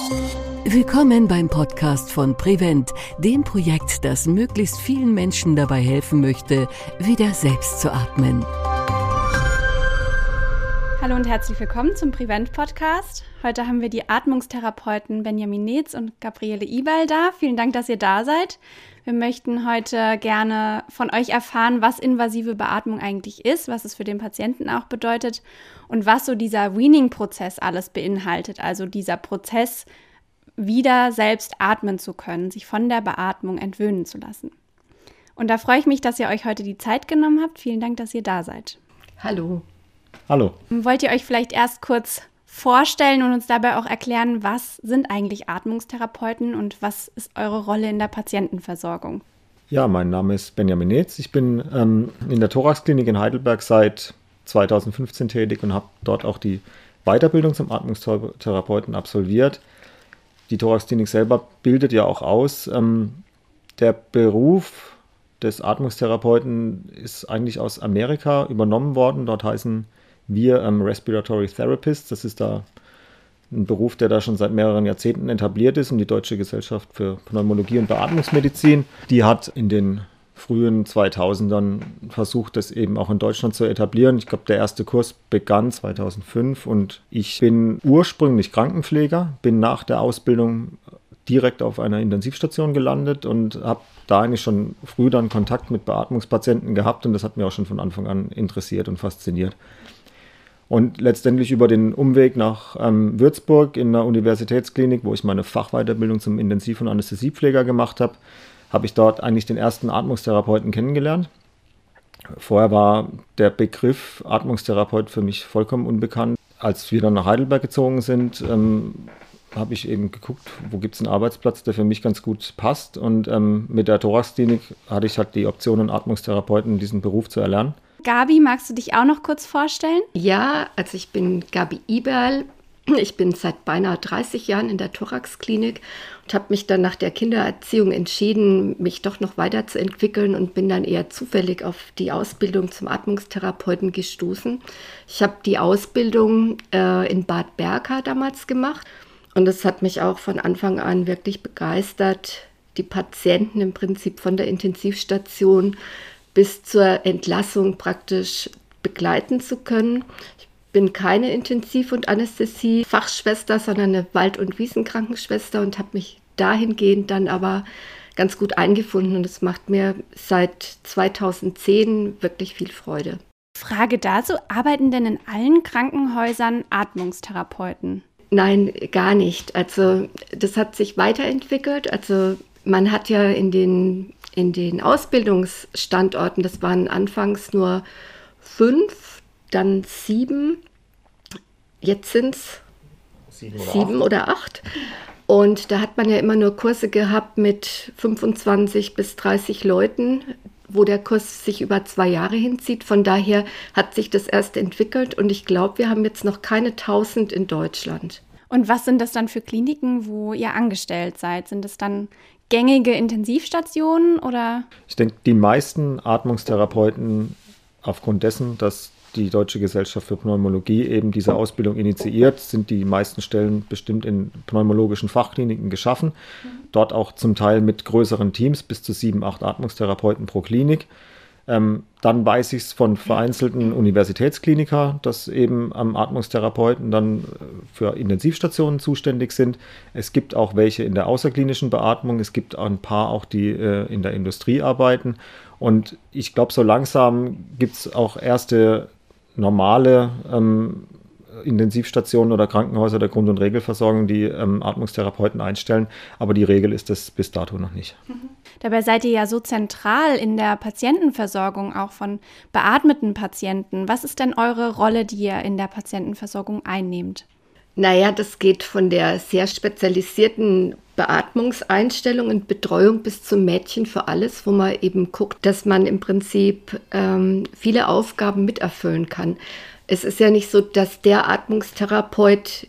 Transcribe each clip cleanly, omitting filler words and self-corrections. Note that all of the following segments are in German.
Willkommen beim Podcast von Prevent, dem Projekt, das möglichst vielen Menschen dabei helfen möchte, wieder selbst zu atmen. Hallo und herzlich willkommen zum Prevent-Podcast. Heute haben wir die Atmungstherapeuten Benjamin Neetz und Gabriele Iberl da. Vielen Dank, dass ihr da seid. Wir möchten heute gerne von euch erfahren, was invasive Beatmung eigentlich ist, was es für den Patienten auch bedeutet und was so dieser Weaning-Prozess alles beinhaltet. Also dieser Prozess, wieder selbst atmen zu können, sich von der Beatmung entwöhnen zu lassen. Und da freue ich mich, dass ihr euch heute die Zeit genommen habt. Vielen Dank, dass ihr da seid. Hallo. Hallo. Wollt ihr euch vielleicht erst kurz vorstellen und uns dabei auch erklären, was sind eigentlich Atmungstherapeuten und was ist eure Rolle in der Patientenversorgung? Ja, mein Name ist Benjamin Neetz. Ich bin in der Thoraxklinik in Heidelberg seit 2015 tätig und habe dort auch die Weiterbildung zum Atmungstherapeuten absolviert. Die Thoraxklinik selber bildet ja auch aus. Der Beruf des Atmungstherapeuten ist eigentlich aus Amerika übernommen worden. Dort heißen wir Respiratory Therapists. Das ist da ein Beruf, der da schon seit mehreren Jahrzehnten etabliert ist. Und die Deutsche Gesellschaft für Pneumologie und Beatmungsmedizin, die hat in den frühen 2000ern versucht, das eben auch in Deutschland zu etablieren. Ich glaube, der erste Kurs begann 2005 und ich bin ursprünglich Krankenpfleger, bin nach der Ausbildung direkt auf einer Intensivstation gelandet und habe da eigentlich schon früh dann Kontakt mit Beatmungspatienten gehabt und das hat mich auch schon von Anfang an interessiert und fasziniert. Und letztendlich über den Umweg nach Würzburg in der Universitätsklinik, wo ich meine Fachweiterbildung zum Intensiv- und Anästhesiepfleger gemacht habe, habe ich dort eigentlich den ersten Atmungstherapeuten kennengelernt. Vorher war der Begriff Atmungstherapeut für mich vollkommen unbekannt. Als wir dann nach Heidelberg gezogen sind, habe ich eben geguckt, wo gibt es einen Arbeitsplatz, der für mich ganz gut passt. Und mit der Thoraxklinik hatte ich halt die Option, einen Atmungstherapeuten diesen Beruf zu erlernen. Gabi, magst du dich auch noch kurz vorstellen? Ja, also ich bin Gabi Iberl. Ich bin seit beinahe 30 Jahren in der Thoraxklinik und habe mich dann nach der Kindererziehung entschieden, mich doch noch weiterzuentwickeln und bin dann eher zufällig auf die Ausbildung zum Atmungstherapeuten gestoßen. Ich habe die Ausbildung in Bad Berka damals gemacht und es hat mich auch von Anfang an wirklich begeistert, die Patienten im Prinzip von der Intensivstation bis zur Entlassung praktisch begleiten zu können. Ich bin keine Intensiv- und Anästhesie-Fachschwester, sondern eine Wald- und Wiesenkrankenschwester und habe mich dahingehend dann aber ganz gut eingefunden und es macht mir seit 2010 wirklich viel Freude. Frage dazu, arbeiten denn in allen Krankenhäusern Atmungstherapeuten? Nein, gar nicht. Also das hat sich weiterentwickelt. Also man hat ja in den Ausbildungsstandorten, das waren anfangs nur 5, dann 7, jetzt sind es 7 oder 8. Und da hat man ja immer nur Kurse gehabt mit 25 bis 30 Leuten, wo der Kurs sich über 2 Jahre hinzieht. Von daher hat sich das erst entwickelt und ich glaube, wir haben jetzt noch keine 1000 in Deutschland. Und was sind das dann für Kliniken, wo ihr angestellt seid? Sind das dann gängige Intensivstationen oder? Ich denke, die meisten Atmungstherapeuten, aufgrund dessen, dass die Deutsche Gesellschaft für Pneumologie eben diese Ausbildung initiiert, sind die meisten Stellen bestimmt in pneumologischen Fachkliniken geschaffen. Dort auch zum Teil mit größeren Teams, bis zu 7, 8 Atmungstherapeuten pro Klinik. Dann weiß ich es von vereinzelten Universitätskliniker, dass eben Atmungstherapeuten dann für Intensivstationen zuständig sind. Es gibt auch welche in der außerklinischen Beatmung, es gibt ein paar auch, die in der Industrie arbeiten. Und ich glaube, so langsam gibt es auch erste normale Intensivstationen oder Krankenhäuser der Grund- und Regelversorgung, die Atmungstherapeuten einstellen. Aber die Regel ist das bis dato noch nicht. Dabei seid ihr ja so zentral in der Patientenversorgung, auch von beatmeten Patienten. Was ist denn eure Rolle, die ihr in der Patientenversorgung einnehmt? Naja, das geht von der sehr spezialisierten Beatmungseinstellung und Betreuung bis zum Mädchen für alles, wo man eben guckt, dass man im Prinzip viele Aufgaben miterfüllen kann. Es ist ja nicht so, dass jeder Atmungstherapeut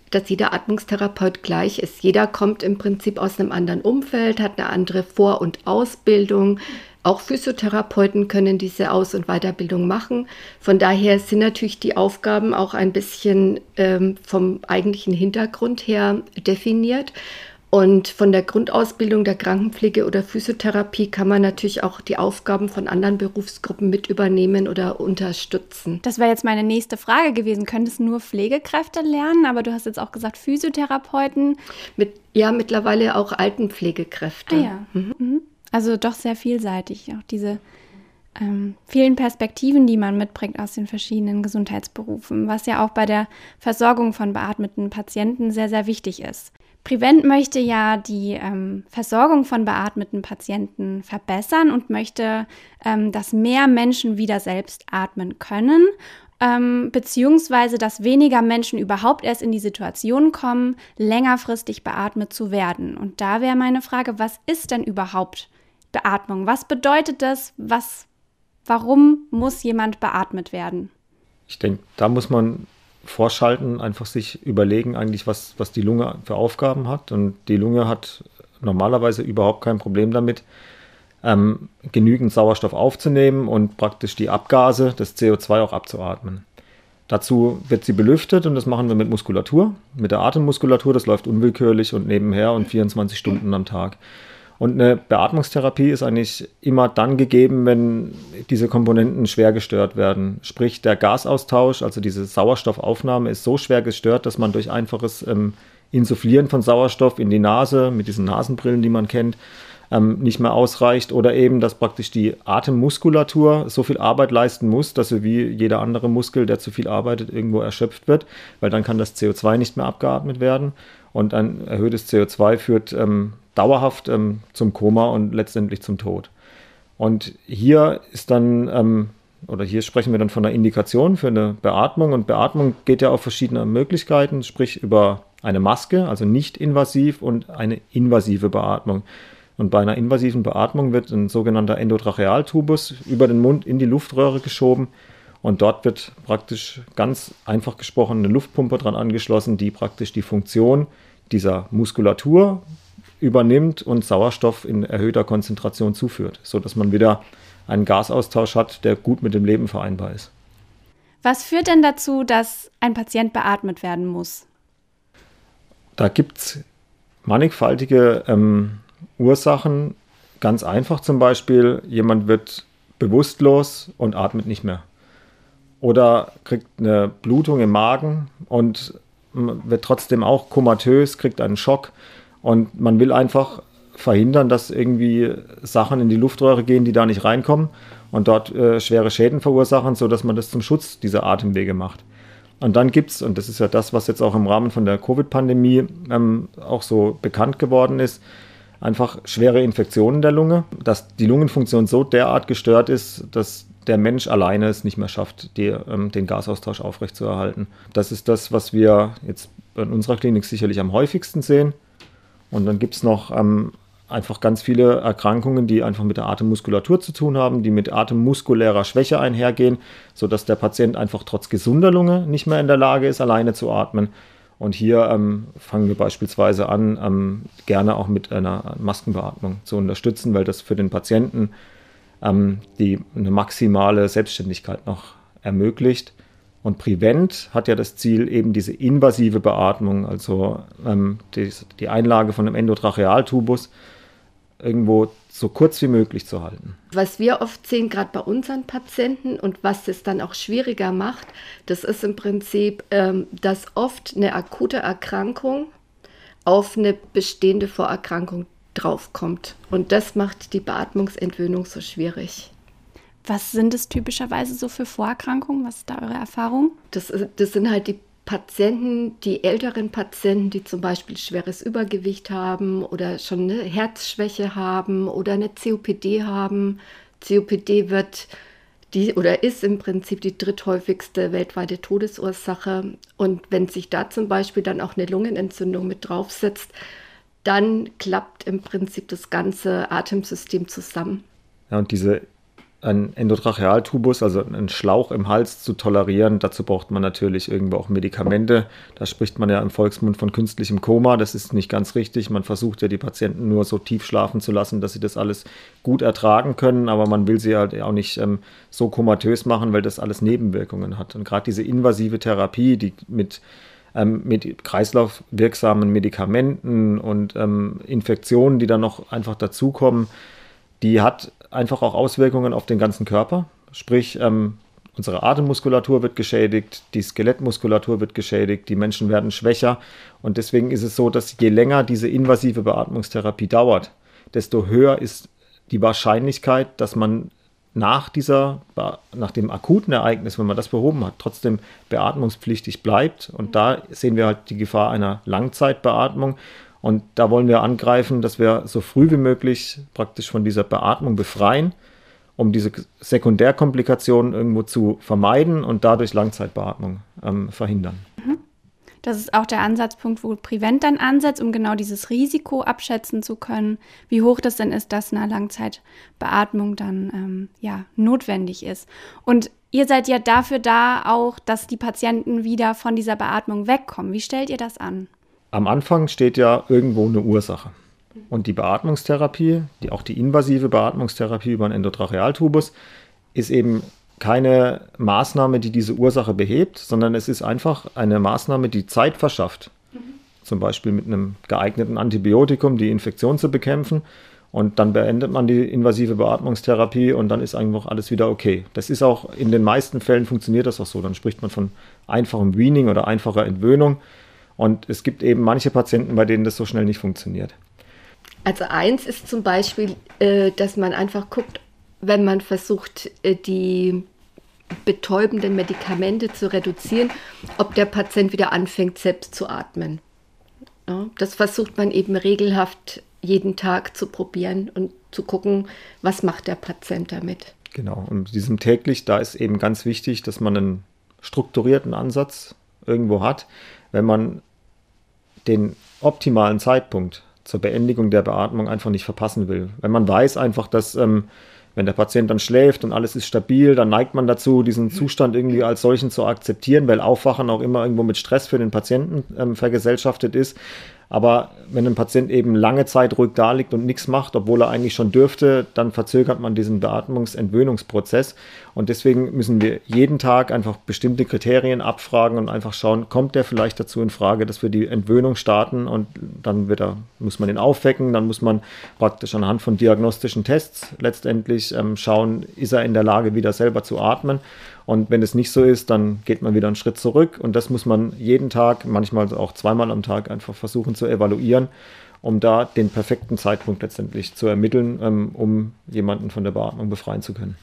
gleich ist. Jeder kommt im Prinzip aus einem anderen Umfeld, hat eine andere Vor- und Ausbildung, Auch Physiotherapeuten können diese Aus- und Weiterbildung machen. Von daher sind natürlich die Aufgaben auch ein bisschen vom eigentlichen Hintergrund her definiert. Und von der Grundausbildung der Krankenpflege oder Physiotherapie kann man natürlich auch die Aufgaben von anderen Berufsgruppen mit übernehmen oder unterstützen. Das wäre jetzt meine nächste Frage gewesen. Können das nur Pflegekräfte lernen? Aber du hast jetzt auch gesagt Physiotherapeuten. Mittlerweile auch Altenpflegekräfte. Ah ja. Mhm. Also doch sehr vielseitig. Auch diese vielen Perspektiven, die man mitbringt aus den verschiedenen Gesundheitsberufen, was ja auch bei der Versorgung von beatmeten Patienten sehr, sehr wichtig ist. Prevent möchte ja die Versorgung von beatmeten Patienten verbessern und möchte, dass mehr Menschen wieder selbst atmen können, beziehungsweise dass weniger Menschen überhaupt erst in die Situation kommen, längerfristig beatmet zu werden. Und da wäre meine Frage, was ist denn überhaupt Beatmung? Was bedeutet das? Warum muss jemand beatmet werden? Ich denke, da muss man vorschalten, einfach sich überlegen eigentlich, was die Lunge für Aufgaben hat. Und die Lunge hat normalerweise überhaupt kein Problem damit, genügend Sauerstoff aufzunehmen und praktisch die Abgase, das CO2 auch abzuatmen. Dazu wird sie belüftet und das machen wir mit Muskulatur, mit der Atemmuskulatur. Das läuft unwillkürlich und nebenher und 24 Stunden am Tag. Und eine Beatmungstherapie ist eigentlich immer dann gegeben, wenn diese Komponenten schwer gestört werden. Sprich, der Gasaustausch, also diese Sauerstoffaufnahme, ist so schwer gestört, dass man durch einfaches Insufflieren von Sauerstoff in die Nase, mit diesen Nasenbrillen, die man kennt, nicht mehr ausreicht. Oder eben, dass praktisch die Atemmuskulatur so viel Arbeit leisten muss, dass sie wie jeder andere Muskel, der zu viel arbeitet, irgendwo erschöpft wird, weil dann kann das CO2 nicht mehr abgeatmet werden. Und ein erhöhtes CO2 führt dauerhaft zum Koma und letztendlich zum Tod. Und hier ist dann, hier sprechen wir dann von einer Indikation für eine Beatmung. Und Beatmung geht ja auf verschiedene Möglichkeiten, sprich über eine Maske, also nicht invasiv, und eine invasive Beatmung. Und bei einer invasiven Beatmung wird ein sogenannter Endotrachealtubus über den Mund in die Luftröhre geschoben. Und dort wird praktisch ganz einfach gesprochen eine Luftpumpe dran angeschlossen, die praktisch die Funktion dieser Muskulatur übernimmt und Sauerstoff in erhöhter Konzentration zuführt, sodass man wieder einen Gasaustausch hat, der gut mit dem Leben vereinbar ist. Was führt denn dazu, dass ein Patient beatmet werden muss? Da gibt es mannigfaltige Ursachen. Ganz einfach zum Beispiel, jemand wird bewusstlos und atmet nicht mehr. Oder kriegt eine Blutung im Magen und wird trotzdem auch komatös, kriegt einen Schock. Und man will einfach verhindern, dass irgendwie Sachen in die Luftröhre gehen, die da nicht reinkommen und dort schwere Schäden verursachen, sodass man das zum Schutz dieser Atemwege macht. Und dann gibt es, und das ist ja das, was jetzt auch im Rahmen von der Covid-Pandemie auch so bekannt geworden ist, einfach schwere Infektionen der Lunge, dass die Lungenfunktion so derart gestört ist, dass der Mensch alleine es nicht mehr schafft, den Gasaustausch aufrechtzuerhalten. Das ist das, was wir jetzt in unserer Klinik sicherlich am häufigsten sehen. Und dann gibt es noch einfach ganz viele Erkrankungen, die einfach mit der Atemmuskulatur zu tun haben, die mit atemmuskulärer Schwäche einhergehen, sodass der Patient einfach trotz gesunder Lunge nicht mehr in der Lage ist, alleine zu atmen. Und hier fangen wir beispielsweise an, gerne auch mit einer Maskenbeatmung zu unterstützen, weil das für den Patienten eine maximale Selbstständigkeit noch ermöglicht. Und Prevent hat ja das Ziel, eben diese invasive Beatmung, also die Einlage von einem Endotrachealtubus, irgendwo so kurz wie möglich zu halten. Was wir oft sehen, gerade bei unseren Patienten und was es dann auch schwieriger macht, das ist im Prinzip, dass oft eine akute Erkrankung auf eine bestehende Vorerkrankung draufkommt. Und das macht die Beatmungsentwöhnung so schwierig. Was sind es typischerweise so für Vorerkrankungen? Was ist da eure Erfahrung? Das sind halt die Patienten, die älteren Patienten, die zum Beispiel schweres Übergewicht haben oder schon eine Herzschwäche haben oder eine COPD haben. COPD ist im Prinzip die dritthäufigste weltweite Todesursache. Und wenn sich da zum Beispiel dann auch eine Lungenentzündung mit draufsetzt, dann klappt im Prinzip das ganze Atemsystem zusammen. Ja, und diese einen Endotrachealtubus, also einen Schlauch im Hals zu tolerieren, dazu braucht man natürlich irgendwo auch Medikamente. Da spricht man ja im Volksmund von künstlichem Koma. Das ist nicht ganz richtig. Man versucht ja, die Patienten nur so tief schlafen zu lassen, dass sie das alles gut ertragen können. Aber man will sie halt auch nicht so komatös machen, weil das alles Nebenwirkungen hat. Und gerade diese invasive Therapie, die mit kreislaufwirksamen Medikamenten und Infektionen, die dann noch einfach dazukommen, die hat einfach auch Auswirkungen auf den ganzen Körper. Sprich, unsere Atemmuskulatur wird geschädigt, die Skelettmuskulatur wird geschädigt, die Menschen werden schwächer. Und deswegen ist es so, dass je länger diese invasive Beatmungstherapie dauert, desto höher ist die Wahrscheinlichkeit, dass man nach dem akuten Ereignis, wenn man das behoben hat, trotzdem beatmungspflichtig bleibt. Und da sehen wir halt die Gefahr einer Langzeitbeatmung. Und da wollen wir angreifen, dass wir so früh wie möglich praktisch von dieser Beatmung befreien, um diese Sekundärkomplikationen irgendwo zu vermeiden und dadurch Langzeitbeatmung verhindern. Das ist auch der Ansatzpunkt, wo Prevent dann ansetzt, um genau dieses Risiko abschätzen zu können, wie hoch das denn ist, dass eine Langzeitbeatmung dann notwendig ist. Und ihr seid ja dafür da auch, dass die Patienten wieder von dieser Beatmung wegkommen. Wie stellt ihr das an? Am Anfang steht ja irgendwo eine Ursache. Und die Beatmungstherapie, auch die invasive Beatmungstherapie über einen Endotrachealtubus, ist eben keine Maßnahme, die diese Ursache behebt, sondern es ist einfach eine Maßnahme, die Zeit verschafft. Zum Beispiel mit einem geeigneten Antibiotikum die Infektion zu bekämpfen. Und dann beendet man die invasive Beatmungstherapie und dann ist einfach alles wieder okay. Das ist auch, in den meisten Fällen funktioniert das auch so. Dann spricht man von einfachem Weaning oder einfacher Entwöhnung. Und es gibt eben manche Patienten, bei denen das so schnell nicht funktioniert. Also eins ist zum Beispiel, dass man einfach guckt, wenn man versucht, die betäubenden Medikamente zu reduzieren, ob der Patient wieder anfängt, selbst zu atmen. Ja, das versucht man eben regelhaft jeden Tag zu probieren und zu gucken, was macht der Patient damit. Genau, und diesem täglich, da ist eben ganz wichtig, dass man einen strukturierten Ansatz irgendwo hat, wenn man den optimalen Zeitpunkt zur Beendigung der Beatmung einfach nicht verpassen will. Wenn man weiß einfach, dass wenn der Patient dann schläft und alles ist stabil, dann neigt man dazu, diesen Zustand irgendwie als solchen zu akzeptieren, weil Aufwachen auch immer irgendwo mit Stress für den Patienten vergesellschaftet ist. Aber wenn ein Patient eben lange Zeit ruhig da liegt und nichts macht, obwohl er eigentlich schon dürfte, dann verzögert man diesen Beatmungs-Entwöhnungsprozess. Und deswegen müssen wir jeden Tag einfach bestimmte Kriterien abfragen und einfach schauen, kommt der vielleicht dazu in Frage, dass wir die Entwöhnung starten, und dann muss man ihn aufwecken, dann muss man praktisch anhand von diagnostischen Tests letztendlich schauen, ist er in der Lage, wieder selber zu atmen. Und wenn es nicht so ist, dann geht man wieder einen Schritt zurück. Und das muss man jeden Tag, manchmal auch zweimal am Tag, einfach versuchen zu evaluieren, um da den perfekten Zeitpunkt letztendlich zu ermitteln, um jemanden von der Beatmung befreien zu können.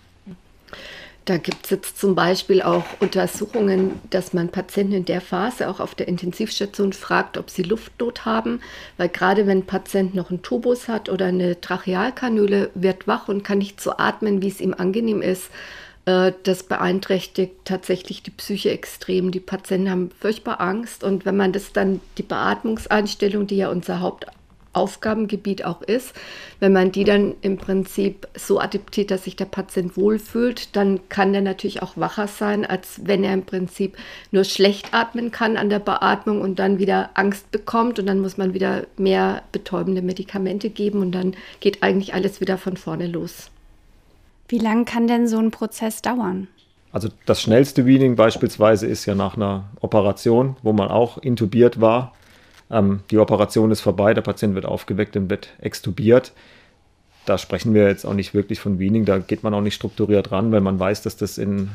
Da gibt es jetzt zum Beispiel auch Untersuchungen, dass man Patienten in der Phase auch auf der Intensivstation fragt, ob sie Luftnot haben. Weil gerade wenn ein Patient noch einen Tubus hat oder eine Trachealkanüle, wird wach und kann nicht so atmen, wie es ihm angenehm ist. Das beeinträchtigt tatsächlich die Psyche extrem. Die Patienten haben furchtbar Angst. Und wenn man das dann, die Beatmungseinstellung, die ja unser Hauptaufgabengebiet auch ist, wenn man die dann im Prinzip so adaptiert, dass sich der Patient wohlfühlt, dann kann der natürlich auch wacher sein, als wenn er im Prinzip nur schlecht atmen kann an der Beatmung und dann wieder Angst bekommt. Und dann muss man wieder mehr betäubende Medikamente geben und dann geht eigentlich alles wieder von vorne los. Wie lange kann denn so ein Prozess dauern? Also das schnellste Weaning beispielsweise ist ja nach einer Operation, wo man auch intubiert war. Die Operation ist vorbei, der Patient wird aufgeweckt und wird extubiert. Da sprechen wir jetzt auch nicht wirklich von Weaning, da geht man auch nicht strukturiert ran, weil man weiß, dass das in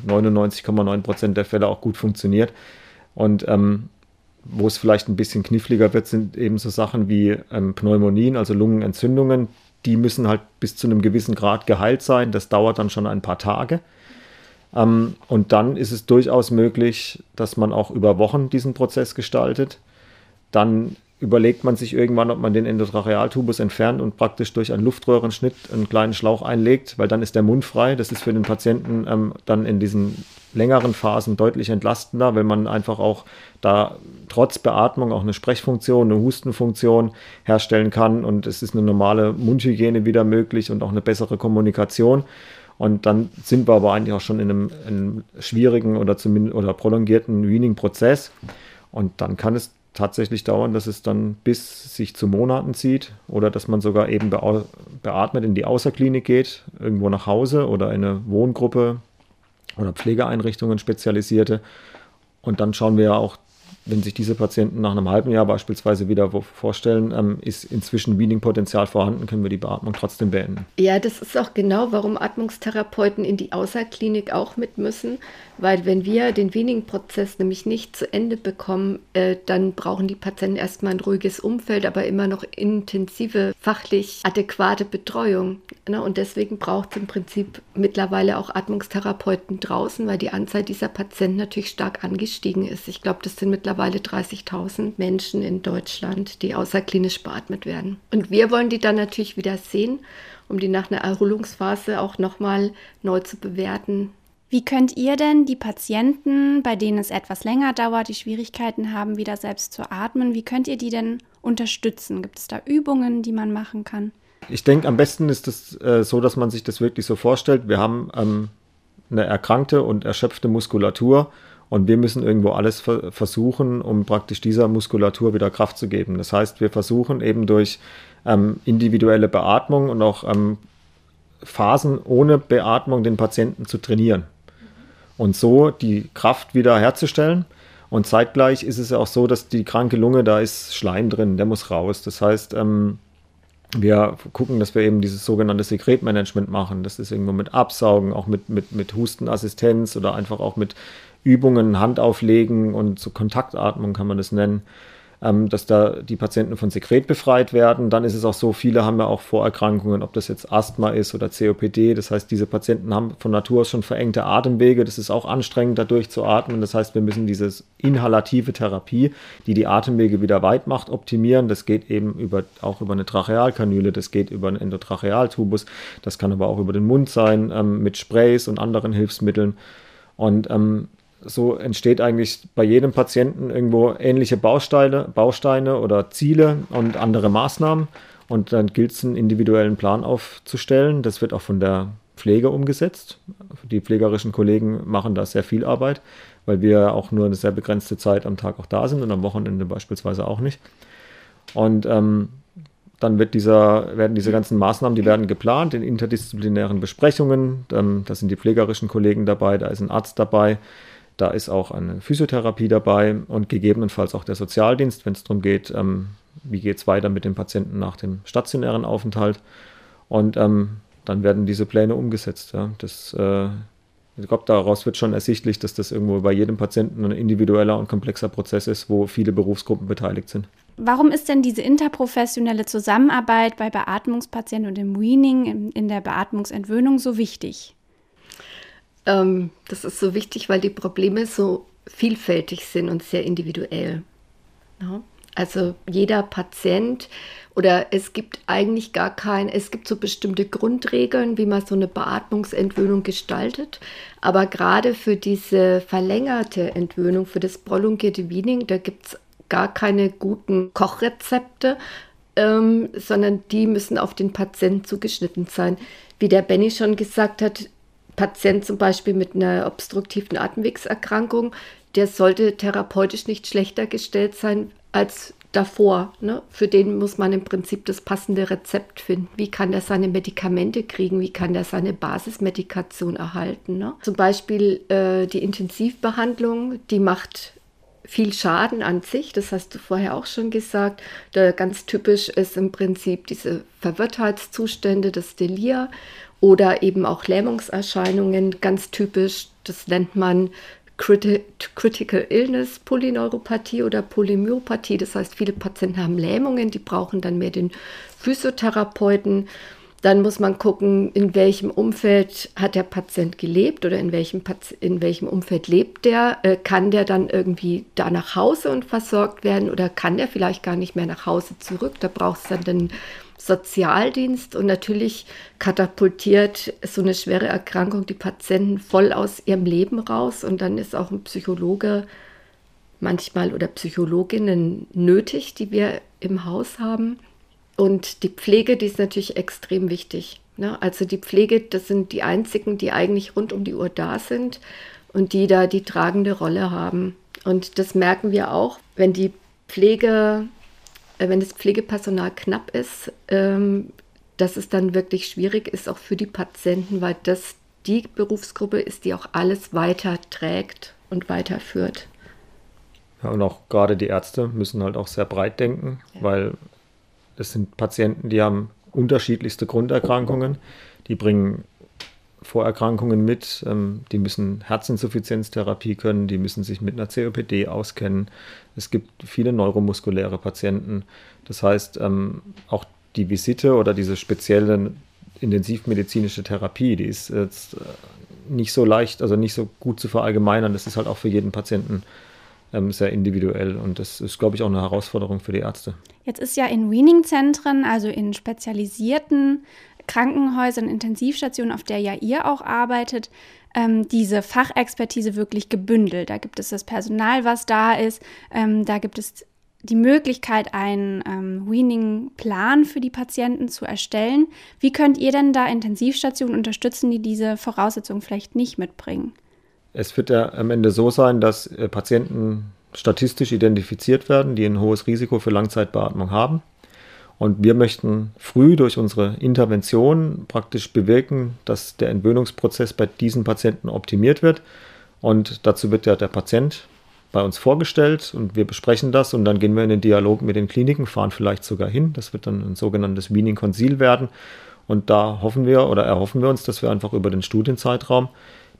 99,9% der Fälle auch gut funktioniert. Und wo es vielleicht ein bisschen kniffliger wird, sind eben so Sachen wie Pneumonien, also Lungenentzündungen. Die müssen halt bis zu einem gewissen Grad geheilt sein. Das dauert dann schon ein paar Tage. Und dann ist es durchaus möglich, dass man auch über Wochen diesen Prozess gestaltet. Dann überlegt man sich irgendwann, ob man den Endotrachealtubus entfernt und praktisch durch einen Luftröhrenschnitt einen kleinen Schlauch einlegt, weil dann ist der Mund frei. Das ist für den Patienten dann in diesen längeren Phasen deutlich entlastender, weil man einfach auch da trotz Beatmung auch eine Sprechfunktion, eine Hustenfunktion herstellen kann, und es ist eine normale Mundhygiene wieder möglich und auch eine bessere Kommunikation. Und dann sind wir aber eigentlich auch schon in einem schwierigen oder prolongierten Weaning-Prozess. Und dann kann es tatsächlich dauern, dass es dann bis sich zu Monaten zieht oder dass man sogar eben beatmet in die Außerklinik geht, irgendwo nach Hause oder in eine Wohngruppe oder Pflegeeinrichtungen spezialisierte. Und dann schauen wir ja auch, wenn sich diese Patienten nach einem halben Jahr beispielsweise wieder vorstellen, ist inzwischen Weaning-Potenzial vorhanden, können wir die Beatmung trotzdem beenden. Ja, das ist auch genau, warum Atmungstherapeuten in die Außerklinik auch mit müssen, weil wenn wir den Weaning-Prozess nämlich nicht zu Ende bekommen, dann brauchen die Patienten erstmal ein ruhiges Umfeld, aber immer noch intensive, fachlich adäquate Betreuung. Ne? Und deswegen braucht es im Prinzip mittlerweile auch Atmungstherapeuten draußen, weil die Anzahl dieser Patienten natürlich stark angestiegen ist. Ich glaube, das sind mittlerweile 30.000 Menschen in Deutschland, die außerklinisch beatmet werden. Und wir wollen die dann natürlich wieder sehen, um die nach einer Erholungsphase auch nochmal neu zu bewerten. Wie könnt ihr denn die Patienten, bei denen es etwas länger dauert, die Schwierigkeiten haben, wieder selbst zu atmen, wie könnt ihr die denn unterstützen? Gibt es da Übungen, die man machen kann? Ich denke, am besten ist es so, dass man sich das wirklich so vorstellt. Wir haben eine erkrankte und erschöpfte Muskulatur und wir müssen irgendwo alles versuchen, um praktisch dieser Muskulatur wieder Kraft zu geben. Das heißt, wir versuchen eben durch individuelle Beatmung und auch Phasen ohne Beatmung den Patienten zu trainieren und so die Kraft wieder herzustellen. Und zeitgleich ist es ja auch so, dass die kranke Lunge, da ist Schleim drin, der muss raus. Das heißt, wir gucken, dass wir eben dieses sogenannte Sekretmanagement machen. Das ist irgendwo mit Absaugen, auch mit Hustenassistenz oder einfach auch mit Übungen, Hand auflegen und so Kontaktatmung kann man das nennen, dass da die Patienten von Sekret befreit werden. Dann ist es auch so, viele haben ja auch Vorerkrankungen, ob das jetzt Asthma ist oder COPD. Das heißt, diese Patienten haben von Natur aus schon verengte Atemwege. Das ist auch anstrengend, dadurch zu atmen. Das heißt, wir müssen diese inhalative Therapie, die die Atemwege wieder weit macht, optimieren. Das geht eben auch über eine Trachealkanüle, das geht über einen Endotrachealtubus. Das kann aber auch über den Mund sein, mit Sprays und anderen Hilfsmitteln. Und so entsteht eigentlich bei jedem Patienten irgendwo ähnliche Bausteine oder Ziele und andere Maßnahmen. Und dann gilt es, einen individuellen Plan aufzustellen. Das wird auch von der Pflege umgesetzt. Die pflegerischen Kollegen machen da sehr viel Arbeit, weil wir auch nur eine sehr begrenzte Zeit am Tag auch da sind und am Wochenende beispielsweise auch nicht. Und dann werden diese ganzen Maßnahmen, die werden geplant in interdisziplinären Besprechungen. Da sind die pflegerischen Kollegen dabei, da ist ein Arzt dabei. Da ist auch eine Physiotherapie dabei und gegebenenfalls auch der Sozialdienst, wenn es darum geht, wie geht es weiter mit den Patienten nach dem stationären Aufenthalt. Und dann werden diese Pläne umgesetzt. Ja. Ich glaube, daraus wird schon ersichtlich, dass das irgendwo bei jedem Patienten ein individueller und komplexer Prozess ist, wo viele Berufsgruppen beteiligt sind. Warum ist denn diese interprofessionelle Zusammenarbeit bei Beatmungspatienten und im Weaning, in der Beatmungsentwöhnung so wichtig? Das ist so wichtig, weil die Probleme so vielfältig sind und sehr individuell. Ja? Also jeder Patient oder es gibt eigentlich es gibt so bestimmte Grundregeln, wie man so eine Beatmungsentwöhnung gestaltet. Aber gerade für diese verlängerte Entwöhnung, für das prolongierte Weaning, da gibt es gar keine guten Kochrezepte, sondern die müssen auf den Patienten zugeschnitten sein. Wie der Benny schon gesagt hat, Patient zum Beispiel mit einer obstruktiven Atemwegserkrankung, der sollte therapeutisch nicht schlechter gestellt sein als davor. Ne? Für den muss man im Prinzip das passende Rezept finden. Wie kann der seine Medikamente kriegen? Wie kann der seine Basismedikation erhalten? Ne? Zum Beispiel die Intensivbehandlung, die macht viel Schaden an sich, das hast du vorher auch schon gesagt. Ganz typisch ist im Prinzip diese Verwirrtheitszustände, das Delir oder eben auch Lähmungserscheinungen, ganz typisch, das nennt man Critical Illness Polyneuropathie oder Polymyopathie. Das heißt, viele Patienten haben Lähmungen, die brauchen dann mehr den Physiotherapeuten. Dann muss man gucken, in welchem Umfeld hat der Patient gelebt oder in welchem Umfeld lebt der. Kann der dann irgendwie da nach Hause und versorgt werden oder kann der vielleicht gar nicht mehr nach Hause zurück? Da braucht es dann den Sozialdienst und natürlich katapultiert so eine schwere Erkrankung die Patienten voll aus ihrem Leben raus und dann ist auch ein Psychologe manchmal oder Psychologinnen nötig, die wir im Haus haben. Und die Pflege, die ist natürlich extrem wichtig, Ne? Also die Pflege, das sind die einzigen, die eigentlich rund um die Uhr da sind und die da die tragende Rolle haben. Und das merken wir auch, wenn das Pflegepersonal knapp ist, dass es dann wirklich schwierig ist, auch für die Patienten, weil das die Berufsgruppe ist, die auch alles weiter trägt und weiterführt. Ja, und auch gerade die Ärzte müssen halt auch sehr breit denken, weil es sind Patienten, die haben unterschiedlichste Grunderkrankungen, die bringen Vorerkrankungen mit, die müssen Herzinsuffizienztherapie können, die müssen sich mit einer COPD auskennen. Es gibt viele neuromuskuläre Patienten. Das heißt, auch die Visite oder diese spezielle intensivmedizinische Therapie, die ist jetzt nicht so leicht, also nicht so gut zu verallgemeinern. Das ist halt auch für jeden Patienten sehr individuell und das ist, glaube ich, auch eine Herausforderung für die Ärzte. Jetzt ist ja in Weaning-Zentren, also in spezialisierten Krankenhäusern, Intensivstationen, auf der ja ihr auch arbeitet, diese Fachexpertise wirklich gebündelt. Da gibt es das Personal, was da ist, da gibt es die Möglichkeit, einen Weaning-Plan für die Patienten zu erstellen. Wie könnt ihr denn da Intensivstationen unterstützen, die diese Voraussetzungen vielleicht nicht mitbringen? Es wird ja am Ende so sein, dass Patienten statistisch identifiziert werden, die ein hohes Risiko für Langzeitbeatmung haben. Und wir möchten früh durch unsere Intervention praktisch bewirken, dass der Entwöhnungsprozess bei diesen Patienten optimiert wird. Und dazu wird ja der Patient bei uns vorgestellt und wir besprechen das und dann gehen wir in den Dialog mit den Kliniken, fahren vielleicht sogar hin. Das wird dann ein sogenanntes Weaning-Konsil werden. Und da erhoffen wir uns, dass wir einfach über den Studienzeitraum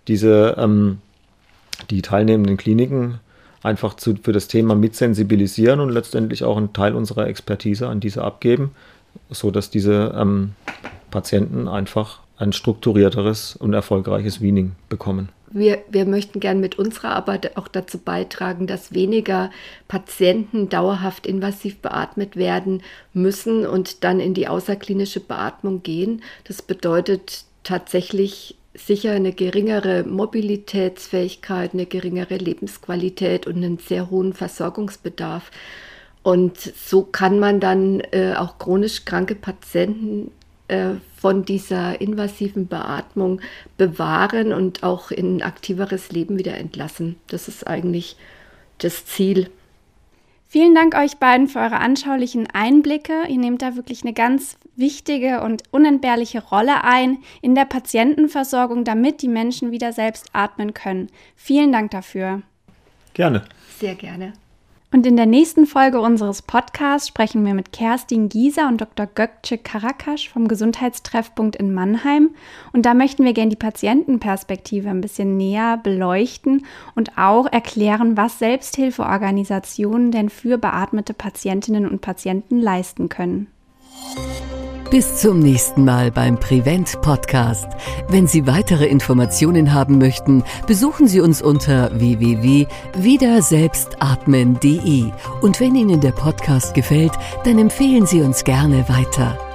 die teilnehmenden Kliniken einfach für das Thema mitsensibilisieren und letztendlich auch einen Teil unserer Expertise an diese abgeben, sodass diese Patienten einfach ein strukturierteres und erfolgreiches Weaning bekommen. Wir möchten gern mit unserer Arbeit auch dazu beitragen, dass weniger Patienten dauerhaft invasiv beatmet werden müssen und dann in die außerklinische Beatmung gehen. Das bedeutet tatsächlich sicher eine geringere Mobilitätsfähigkeit, eine geringere Lebensqualität und einen sehr hohen Versorgungsbedarf. Und so kann man dann auch chronisch kranke Patienten von dieser invasiven Beatmung bewahren und auch in ein aktiveres Leben wieder entlassen. Das ist eigentlich das Ziel. Vielen Dank euch beiden für eure anschaulichen Einblicke. Ihr nehmt da wirklich eine ganz wichtige und unentbehrliche Rolle ein in der Patientenversorgung, damit die Menschen wieder selbst atmen können. Vielen Dank dafür. Gerne. Sehr gerne. Und in der nächsten Folge unseres Podcasts sprechen wir mit Kerstin Gieser und Dr. Gökçe Karakaş vom Gesundheitstreffpunkt in Mannheim. Und da möchten wir gerne die Patientenperspektive ein bisschen näher beleuchten und auch erklären, was Selbsthilfeorganisationen denn für beatmete Patientinnen und Patienten leisten können. Bis zum nächsten Mal beim Prevent Podcast. Wenn Sie weitere Informationen haben möchten, besuchen Sie uns unter www.wiederselbstatmen.de. Und wenn Ihnen der Podcast gefällt, dann empfehlen Sie uns gerne weiter.